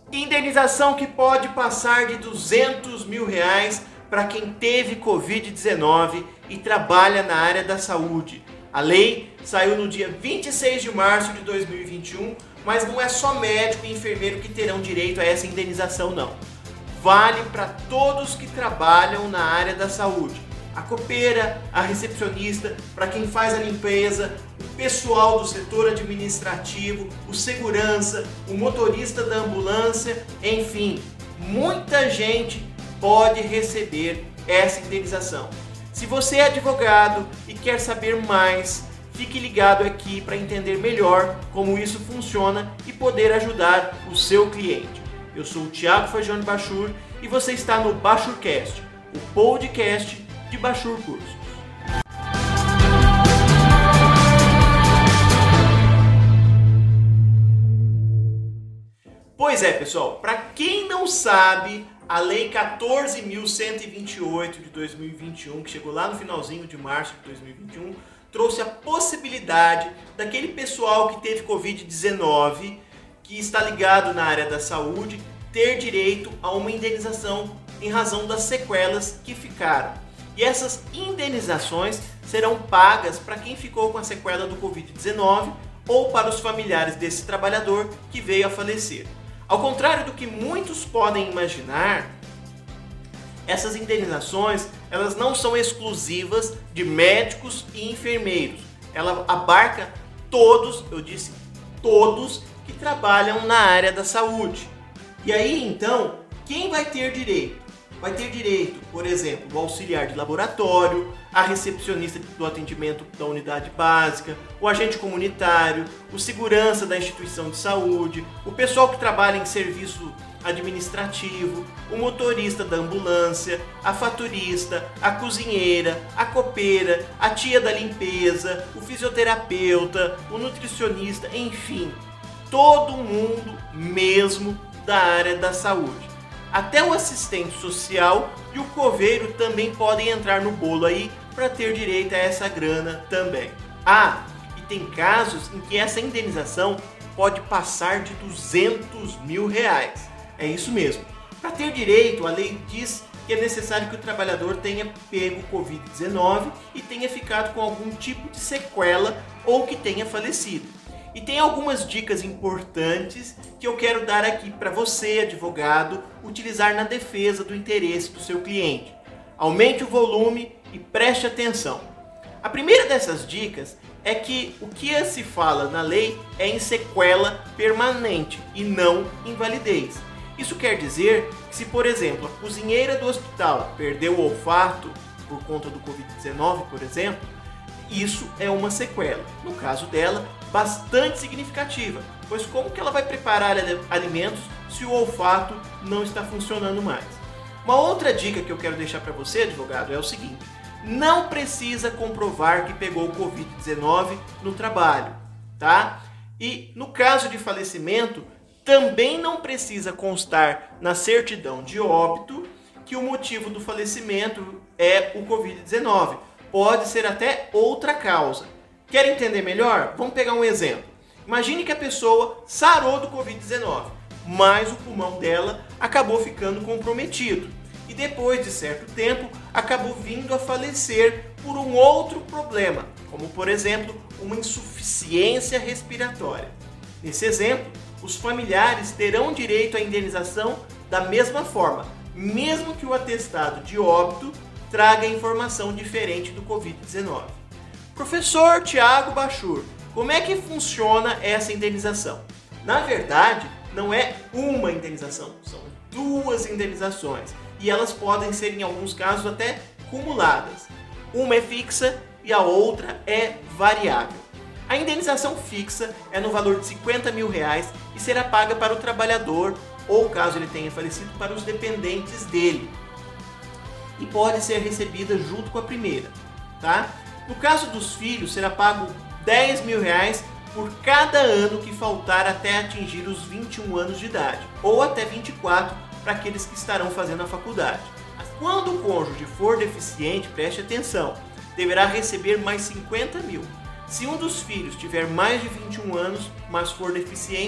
Indenização que pode passar de R$200 mil para quem teve Covid-19 e trabalha na área da saúde. A lei saiu no dia 26 de março de 2021, mas não é só médico e enfermeiro que terão direito a essa indenização, não. Vale para todos que trabalham na área da saúde. A copeira, a recepcionista, para quem faz a limpeza, o pessoal do setor administrativo, o segurança, o motorista da ambulância, enfim, muita gente pode receber essa indenização. Se você é advogado e quer saber mais, fique ligado aqui para entender melhor como isso funciona e poder ajudar o seu cliente. Eu sou o Thiago Fagione Bachur e você está no Bachurcast, o podcast de Bachur Cursos. Pois é, pessoal, para quem não sabe, a Lei 14.128 de 2021, que chegou lá no finalzinho de março de 2021, trouxe a possibilidade daquele pessoal que teve Covid-19, que está ligado na área da saúde, ter direito a uma indenização em razão das sequelas que ficaram. E essas indenizações serão pagas para quem ficou com a sequela do Covid-19 ou para os familiares desse trabalhador que veio a falecer. Ao contrário do que muitos podem imaginar, essas indenizações elas não são exclusivas de médicos e enfermeiros. Ela abarca todos, eu disse todos, que trabalham na área da saúde. E aí então, quem vai ter direito? Vai ter direito, por exemplo, o auxiliar de laboratório, a recepcionista do atendimento da unidade básica, o agente comunitário, o segurança da instituição de saúde, o pessoal que trabalha em serviço administrativo, o motorista da ambulância, a faturista, a cozinheira, a copeira, a tia da limpeza, o fisioterapeuta, o nutricionista, enfim, todo mundo mesmo da área da saúde. Até o assistente social e o coveiro também podem entrar no bolo aí para ter direito a essa grana também. Ah, e tem casos em que essa indenização pode passar de R$200 mil. É isso mesmo. Para ter direito, a lei diz que é necessário que o trabalhador tenha pego Covid-19 e tenha ficado com algum tipo de sequela ou que tenha falecido. E tem algumas dicas importantes que eu quero dar aqui para você, advogado, utilizar na defesa do interesse do seu cliente. Aumente o volume e preste atenção. A primeira dessas dicas é que o que se fala na lei é em sequela permanente e não invalidez. Isso quer dizer que se, por exemplo, a cozinheira do hospital perdeu o olfato por conta do Covid-19, por exemplo, isso é uma sequela. No caso dela, bastante significativa, pois como que ela vai preparar alimentos se o olfato não está funcionando mais? Uma outra dica que eu quero deixar para você, advogado, é o seguinte: não precisa comprovar que pegou o Covid-19 no trabalho, tá? E no caso de falecimento, também não precisa constar na certidão de óbito que o motivo do falecimento é o Covid-19. Pode ser até outra causa. Quer entender melhor? Vamos pegar um exemplo. Imagine que a pessoa sarou do Covid-19, mas o pulmão dela acabou ficando comprometido e depois de certo tempo acabou vindo a falecer por um outro problema, como por exemplo uma insuficiência respiratória. Nesse exemplo, os familiares terão direito à indenização da mesma forma, mesmo que o atestado de óbito traga informação diferente do Covid-19. Professor Thiago Bachur, como é que funciona essa indenização? Na verdade, não é uma indenização, são duas indenizações e elas podem ser, em alguns casos, até cumuladas. Uma é fixa e a outra é variável. A indenização fixa é no valor de R$50 mil e será paga para o trabalhador ou, caso ele tenha falecido, para os dependentes dele. E pode ser recebida junto com a primeira, tá? No caso dos filhos, será pago R$10 mil por cada ano que faltar até atingir os 21 anos de idade, ou até 24 para aqueles que estarão fazendo a faculdade. Quando o cônjuge for deficiente, preste atenção, deverá receber mais 50 mil. Se um dos filhos tiver mais de 21 anos, mas for deficiente,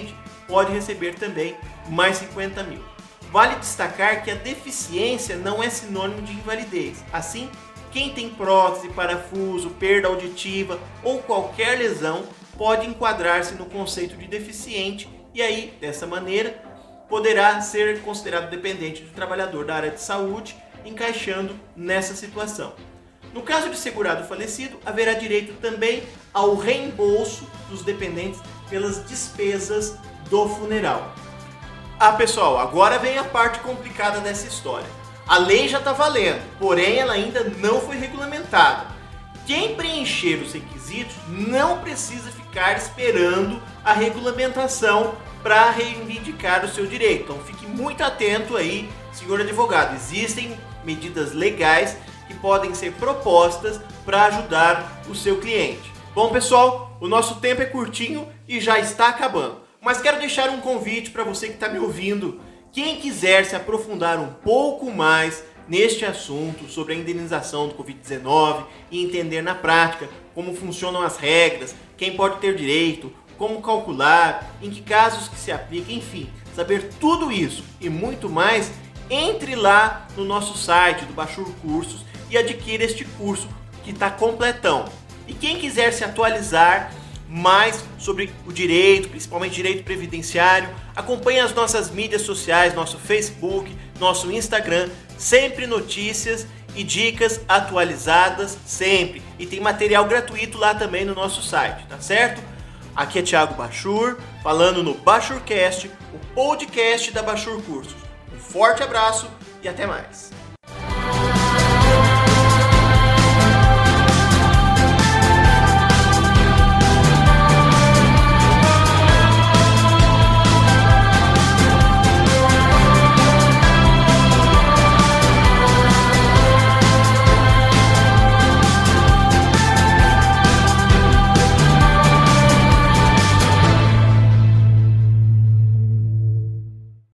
pode receber também mais 50 mil. Vale destacar que a deficiência não é sinônimo de invalidez. Assim, quem tem prótese, parafuso, perda auditiva ou qualquer lesão pode enquadrar-se no conceito de deficiente e aí, dessa maneira, poderá ser considerado dependente do trabalhador da área de saúde, encaixando nessa situação. No caso de segurado falecido, haverá direito também ao reembolso dos dependentes pelas despesas do funeral. Ah, pessoal, agora vem a parte complicada dessa história. A lei já está valendo, porém ela ainda não foi regulamentada. Quem preencher os requisitos não precisa ficar esperando a regulamentação para reivindicar o seu direito. Então fique muito atento aí, senhor advogado. Existem medidas legais que podem ser propostas para ajudar o seu cliente. Bom, pessoal, o nosso tempo é curtinho e já está acabando. Mas quero deixar um convite para você que está me ouvindo. Quem quiser se aprofundar um pouco mais neste assunto sobre a indenização do Covid-19 e entender na prática como funcionam as regras, quem pode ter direito, como calcular, em que casos que se aplica, enfim, saber tudo isso e muito mais, entre lá no nosso site do Bachur Cursos e adquira este curso que está completão. E quem quiser se atualizar mais sobre o direito, principalmente direito previdenciário, acompanhe as nossas mídias sociais, nosso Facebook, nosso Instagram, sempre notícias e dicas atualizadas sempre. E tem material gratuito lá também no nosso site, tá certo? Aqui é Thiago Bachur, falando no Bachurcast, o podcast da Bachur Cursos. Um forte abraço e até mais!